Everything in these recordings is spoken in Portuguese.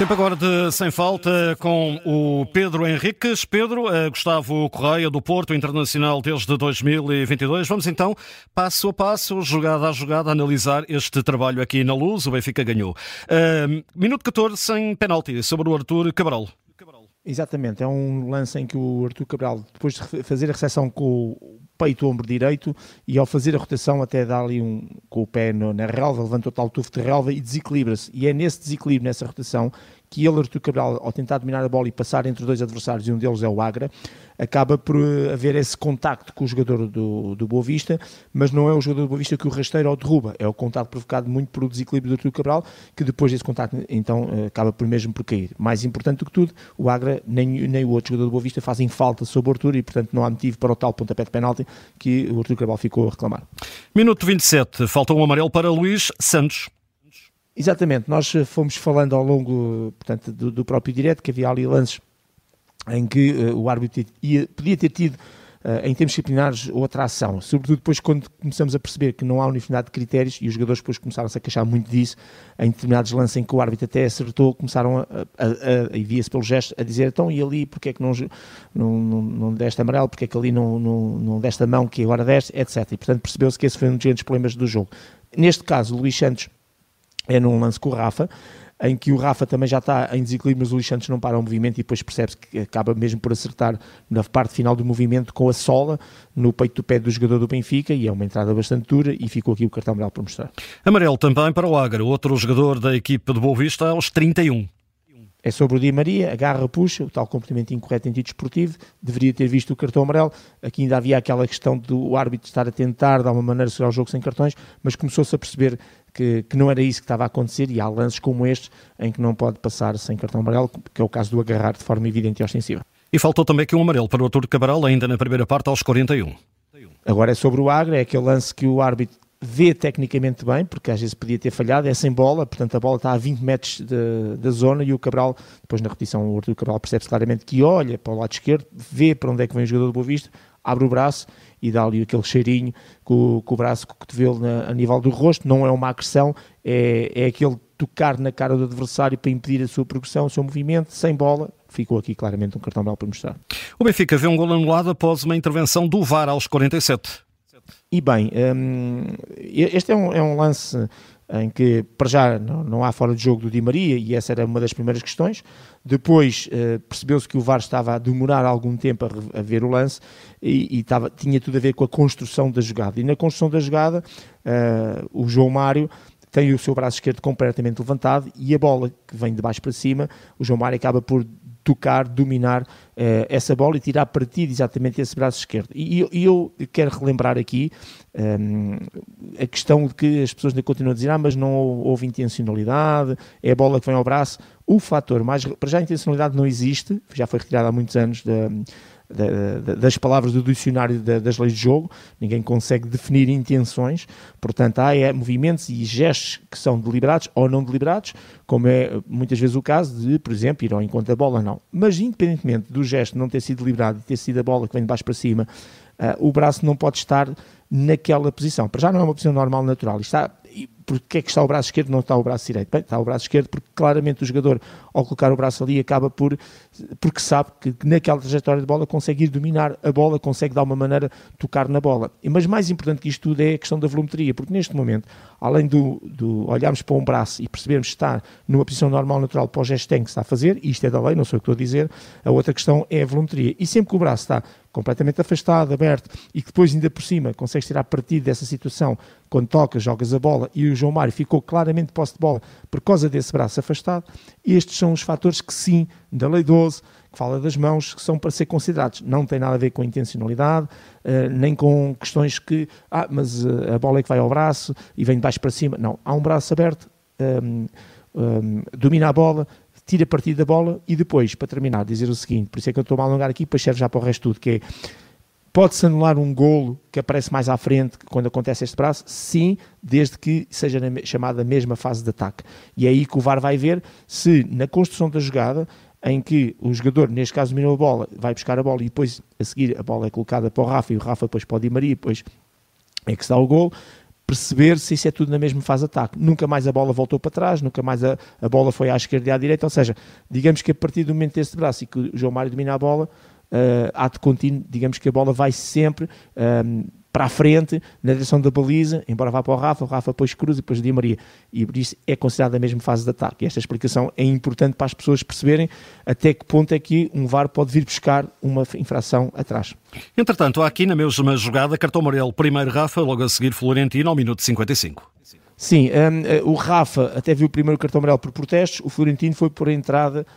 Tempo agora de Sem Falta com o Pedro Henriques. Pedro, Gustavo Correia do Porto Internacional desde 2022. Vamos então, passo a passo, jogada a jogada, analisar este trabalho aqui na Luz. O Benfica ganhou. Minuto 14 sem penalti sobre o Arthur Cabral. Exatamente, é um lance em que o Arthur Cabral, depois de fazer a recepção com o peito, ombro direito, e ao fazer a rotação até dá ali com o pé na relva, levanta o tal tufo de relva e desequilibra-se. E é nesse desequilíbrio, nessa rotação, que ele, Arthur Cabral, ao tentar dominar a bola e passar entre dois adversários, e um deles é o Agra, acaba por haver esse contacto com o jogador do Boa Vista, mas não é o jogador do Boa Vista que o rasteira ou derruba, é o contacto provocado muito por o desequilíbrio do Arthur Cabral, que depois desse contacto, então, acaba por cair. Mais importante do que tudo, o Agra nem o outro jogador do Boa Vista fazem falta sobre o Arthur e, portanto, não há motivo para o tal pontapé de penalti que o Arthur Cabral ficou a reclamar. Minuto 27, falta um amarelo para Luís Santos. Exatamente, nós fomos falando ao longo, portanto, do próprio direto, que havia ali lances em que o árbitro podia ter tido, em termos disciplinares, outra ação, sobretudo depois quando começamos a perceber que não há uniformidade de critérios, e os jogadores depois começaram-se a queixar muito disso, em determinados lances em que o árbitro até acertou, começaram e via-se pelo gesto, a dizer, então e ali, porque é que não deste amarelo, porque é que ali não deste a mão que agora deste, etc. E portanto percebeu-se que esse foi um dos grandes problemas do jogo. Neste caso, o Luís Santos é num lance com o Rafa, em que o Rafa também já está em desequilíbrio, mas o Luís Santos não para o movimento e depois percebe-se que acaba mesmo por acertar na parte final do movimento com a sola no peito do pé do jogador do Benfica, e é uma entrada bastante dura, e ficou aqui o cartão amarelo para mostrar. Amarelo também para o Agra, outro jogador da equipe de Boa Vista, aos 31. É sobre o Di Maria, agarra, puxa, o tal comportamento incorreto em desportivo, deveria ter visto o cartão amarelo. Aqui ainda havia aquela questão do árbitro estar a tentar, de alguma maneira, segurar o jogo sem cartões, mas começou-se a perceber que não era isso que estava a acontecer, e há lances como este em que não pode passar sem cartão amarelo, que é o caso do agarrar de forma evidente e ostensiva. E faltou também aqui um amarelo para o Arthur Cabral, ainda na primeira parte, aos 41. Agora é sobre o Agra, é aquele lance que o árbitro vê tecnicamente bem, porque às vezes podia ter falhado, é sem bola, portanto a bola está a 20 metros da zona, e o Cabral, depois na repetição o Arthur Cabral percebe-se claramente que olha para o lado esquerdo, vê para onde é que vem o jogador do Boa Vista, abre o braço e dá ali aquele cheirinho com o braço, com o cotovelo a nível do rosto. Não é uma agressão, é aquele tocar na cara do adversário para impedir a sua progressão, o seu movimento, sem bola. Ficou aqui claramente um cartão amarelo para mostrar. O Benfica vê um golo anulado após uma intervenção do VAR aos 47. E bem, este é um lance em que, para já, não há fora de jogo do Di Maria, e essa era uma das primeiras questões. Depois percebeu-se que o VAR estava a demorar algum tempo a ver o lance, e tinha tudo a ver com a construção da jogada. E na construção da jogada, o João Mário tem o seu braço esquerdo completamente levantado, e a bola que vem de baixo para cima, o João Mário acaba por tocar, dominar essa bola e tirar partido exatamente esse braço esquerdo. E eu quero relembrar aqui a questão de que as pessoas ainda continuam a dizer, mas não houve intencionalidade, é a bola que vem ao braço. O fator para já a intencionalidade não existe, já foi retirada há muitos anos das palavras do dicionário das leis de jogo, ninguém consegue definir intenções, portanto há movimentos e gestos que são deliberados ou não deliberados, como é muitas vezes o caso de, por exemplo, ir ao encontro da bola, não. Mas independentemente do gesto não ter sido deliberado e ter sido a bola que vem de baixo para cima, o braço não pode estar naquela posição. Para já não é uma posição normal, natural. Porque é que está o braço esquerdo, não está o braço direito? Bem, está o braço esquerdo porque claramente o jogador, ao colocar o braço ali, acaba porque sabe que naquela trajetória de bola consegue ir dominar a bola, consegue de alguma maneira tocar na bola. Mas mais importante que isto tudo é a questão da volumetria, porque neste momento, além do olharmos para um braço e percebermos que está numa posição normal, natural, para o gesto que está a fazer, e isto é da lei, não sei o que estou a dizer, a outra questão é a volumetria. E sempre que o braço está completamente afastado, aberto, e que depois ainda por cima consegues tirar partido dessa situação, quando tocas, jogas a bola, e o João Mário ficou claramente de posse de bola por causa desse braço afastado, estes são os fatores que sim, da Lei 12, que fala das mãos, que são para ser considerados. Não tem nada a ver com intencionalidade, nem com questões que, mas a bola é que vai ao braço e vem de baixo para cima. Não, há um braço aberto, domina a bola, tira partido da bola, e depois, para terminar, dizer o seguinte, por isso é que eu estou a alongar aqui, depois serve já para o resto tudo, que é, pode-se anular um golo que aparece mais à frente quando acontece este braço? Sim, desde que seja na chamada mesma fase de ataque. E é aí que o VAR vai ver se na construção da jogada, em que o jogador, neste caso dominou a bola, vai buscar a bola e depois a seguir a bola é colocada para o Rafa, e o Rafa depois para o Di Maria, depois é que se dá o golo, perceber se isso é tudo na mesma fase de ataque. Nunca mais a bola voltou para trás, nunca mais a bola foi à esquerda e à direita, ou seja, digamos que a partir do momento desse braço e que o João Mário domina a bola, ato contínuo, digamos que a bola vai sempre para a frente, na direção da baliza, embora vá para o Rafa depois cruza e depois o Di Maria, e por isso é considerada a mesma fase de ataque. E esta explicação é importante para as pessoas perceberem até que ponto é que um VAR pode vir buscar uma infração atrás. Entretanto, há aqui na mesma jogada, cartão amarelo, primeiro Rafa, logo a seguir Florentino, ao minuto 55. Sim, o Rafa até viu o primeiro cartão amarelo por protestos, o Florentino foi por entrada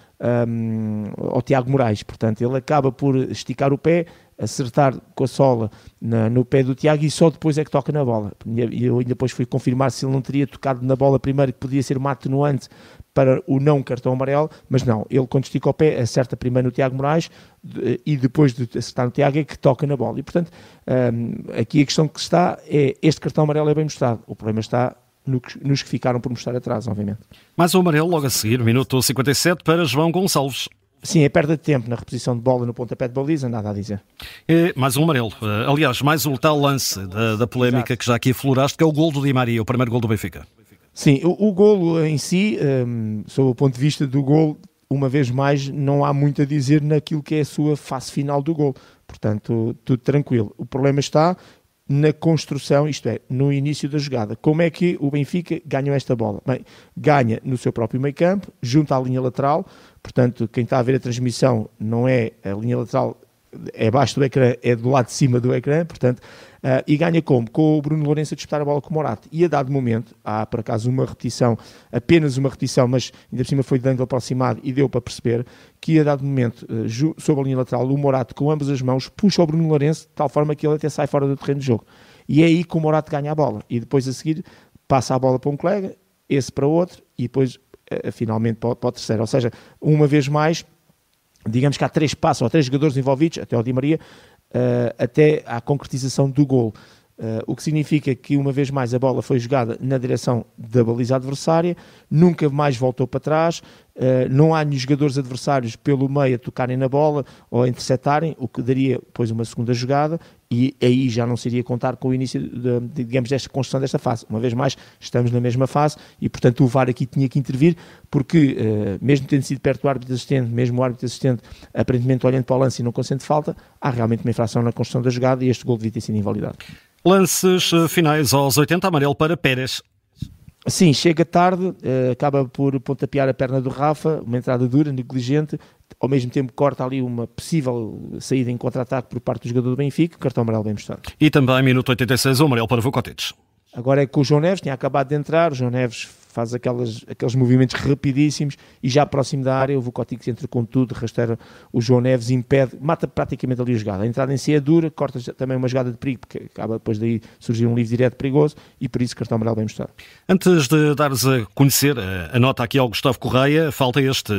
ao Tiago Moraes, portanto ele acaba por esticar o pé, acertar com a sola no pé do Tiago e só depois é que toca na bola. E eu ainda depois fui confirmar se ele não teria tocado na bola primeiro, que podia ser uma atenuante para o não cartão amarelo, mas não, ele quando estica o pé acerta primeiro no Tiago Moraes e depois de acertar no Tiago é que toca na bola. E portanto, aqui a questão que está é, este cartão amarelo é bem mostrado, o problema está nos que ficaram por mostrar atrás, obviamente. Mais um amarelo logo a seguir, minuto 57 para João Gonçalves. Sim, é perda de tempo na reposição de bola no pontapé de baliza, nada a dizer. É mais um amarelo. Aliás, mais o tal lance da polémica que já aqui afloraste, que é o gol do Di Maria, o primeiro gol do Benfica. Sim, o golo em si, sob o ponto de vista do golo, uma vez mais, não há muito a dizer naquilo que é a sua fase final do golo. Portanto, tudo tranquilo. O problema está na construção, isto é, no início da jogada. Como é que o Benfica ganhou esta bola? Bem, ganha no seu próprio meio campo, junto à linha lateral, portanto, quem está a ver a transmissão não é a linha lateral, é abaixo do ecrã, é do lado de cima do ecrã, portanto, e ganha como? Com o Bruno Lourenço a disputar a bola com o Morato. E a dado momento, há por acaso uma repetição, apenas uma repetição, mas ainda por cima foi de ângulo aproximado e deu para perceber que a dado momento, sob a linha lateral, o Morato com ambas as mãos puxa o Bruno Lourenço de tal forma que ele até sai fora do terreno de jogo. E é aí que o Morato ganha a bola. E depois a seguir passa a bola para um colega, esse para outro e depois finalmente para o terceiro. Ou seja, uma vez mais, digamos que há 3 passos ou 3 jogadores envolvidos, até o Di Maria, até à concretização do golo. O que significa que uma vez mais a bola foi jogada na direção da baliza adversária, nunca mais voltou para trás, não há nenhum jogadores adversários pelo meio a tocarem na bola ou a interceptarem, o que daria depois uma segunda jogada e aí já não se iria contar com o início digamos, desta construção desta fase. Uma vez mais, estamos na mesma fase e portanto o VAR aqui tinha que intervir porque mesmo tendo sido perto do árbitro assistente, mesmo o árbitro assistente aparentemente olhando para o lance e não consente falta, há realmente uma infração na construção da jogada e este gol devia ter sido invalidado. Lances finais aos 80, amarelo para Pérez. Sim, chega tarde, acaba por pontapear a perna do Rafa, uma entrada dura, negligente, ao mesmo tempo corta ali uma possível saída em contra-ataque por parte do jogador do Benfica, cartão amarelo bem mostrado. E também, minuto 86, o amarelo para Vukotic. Agora é com o João Neves, tinha acabado de entrar, o João Neves faz aqueles movimentos rapidíssimos e já próximo da área o Vukotic entra com tudo, rasteira o João Neves, impede, mata praticamente ali a jogada. A entrada em si é dura, corta também uma jogada de perigo, porque acaba depois daí surgir um livre direto perigoso e por isso cartão amarelo bem mostrado. Antes de dares a conhecer a nota aqui ao Gustavo Correia, falta este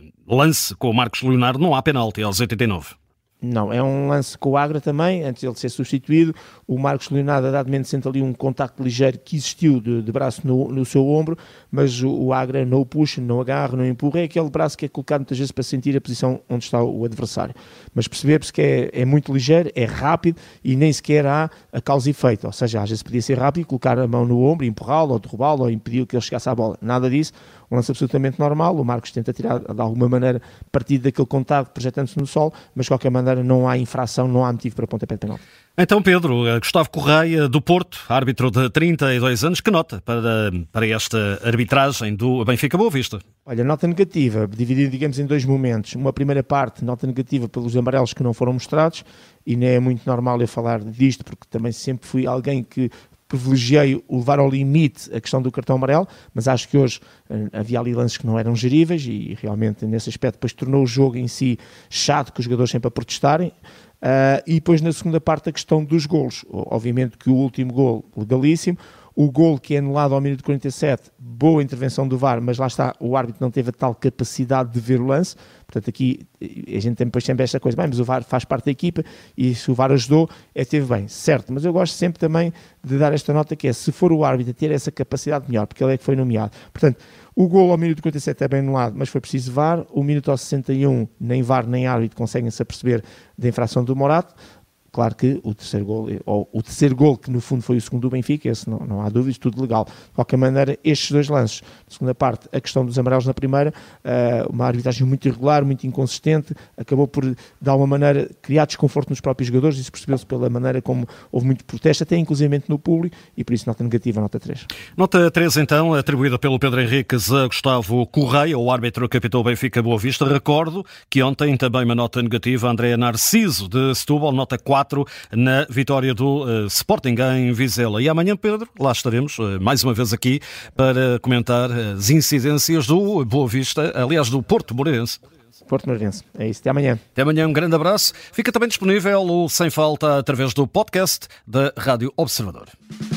lance com o Marcos Leonardo, não há penalti aos 89. Não, é um lance com o Agra também, antes de ele ser substituído, o Marcos Leonardo a dado momento sente ali um contacto ligeiro que existiu de braço no seu ombro, mas o Agra não o puxa, não agarra, não empurra, é aquele braço que é colocado muitas vezes para sentir a posição onde está o adversário. Mas perceber-se que é muito ligeiro, é rápido e nem sequer há a causa e efeito, ou seja, às vezes podia ser rápido, colocar a mão no ombro, empurrá-lo ou derrubá-lo ou impedir que ele chegasse à bola, nada disso. Um lance absolutamente normal, o Marcos tenta tirar de alguma maneira partido daquele contacto projetando-se no solo, mas de qualquer maneira não há infração, não há motivo para pontapé de penalti. Então Pedro, Gustavo Correia do Porto, árbitro de 32 anos, que nota para esta arbitragem do Benfica Boa Vista? Olha, nota negativa, dividida digamos em 2 momentos. Uma primeira parte, nota negativa pelos amarelos que não foram mostrados, e não é muito normal eu falar disto, porque também sempre fui alguém que privilegiei o levar ao limite a questão do cartão amarelo, mas acho que hoje havia ali lances que não eram geríveis e realmente nesse aspecto depois tornou o jogo em si chato, com os jogadores sempre a protestarem. E depois na segunda parte a questão dos golos, obviamente que o último gol legalíssimo, o gol que é anulado ao minuto 47, boa intervenção do VAR, mas lá está, o árbitro não teve a tal capacidade de ver o lance, portanto aqui a gente tem depois sempre esta coisa, bem, mas o VAR faz parte da equipa e se o VAR ajudou, teve bem, certo, mas eu gosto sempre também de dar esta nota que é, se for o árbitro a ter essa capacidade melhor, porque ele é que foi nomeado, portanto, o gol ao minuto 47 é bem anulado, mas foi preciso VAR, o minuto ao 61 nem VAR nem árbitro conseguem-se aperceber da infração do Morato. Claro que o terceiro gol, que no fundo foi o segundo do Benfica, esse não há dúvidas, tudo legal. De qualquer maneira, estes dois lances, na segunda parte, a questão dos amarelos na primeira, uma arbitragem muito irregular, muito inconsistente, acabou por, de alguma maneira, criar desconforto nos próprios jogadores, isso percebeu-se pela maneira como houve muito protesto, até inclusivamente no público, e por isso nota negativa, nota 3. Nota 3, então, atribuída pelo Pedro Henriques a Gustavo Correia, o árbitro que apitou o Benfica Boa Vista. Recordo que ontem também uma nota negativa a Andrea Narciso, de Setúbal, nota 4, na vitória do Sporting em Vizela. E amanhã, Pedro, lá estaremos, mais uma vez aqui, para comentar as incidências do Boa Vista, aliás, do Porto Moreirense. Porto Moreirense. É isso. Até amanhã. Até amanhã. Um grande abraço. Fica também disponível o Sem Falta através do podcast da Rádio Observador.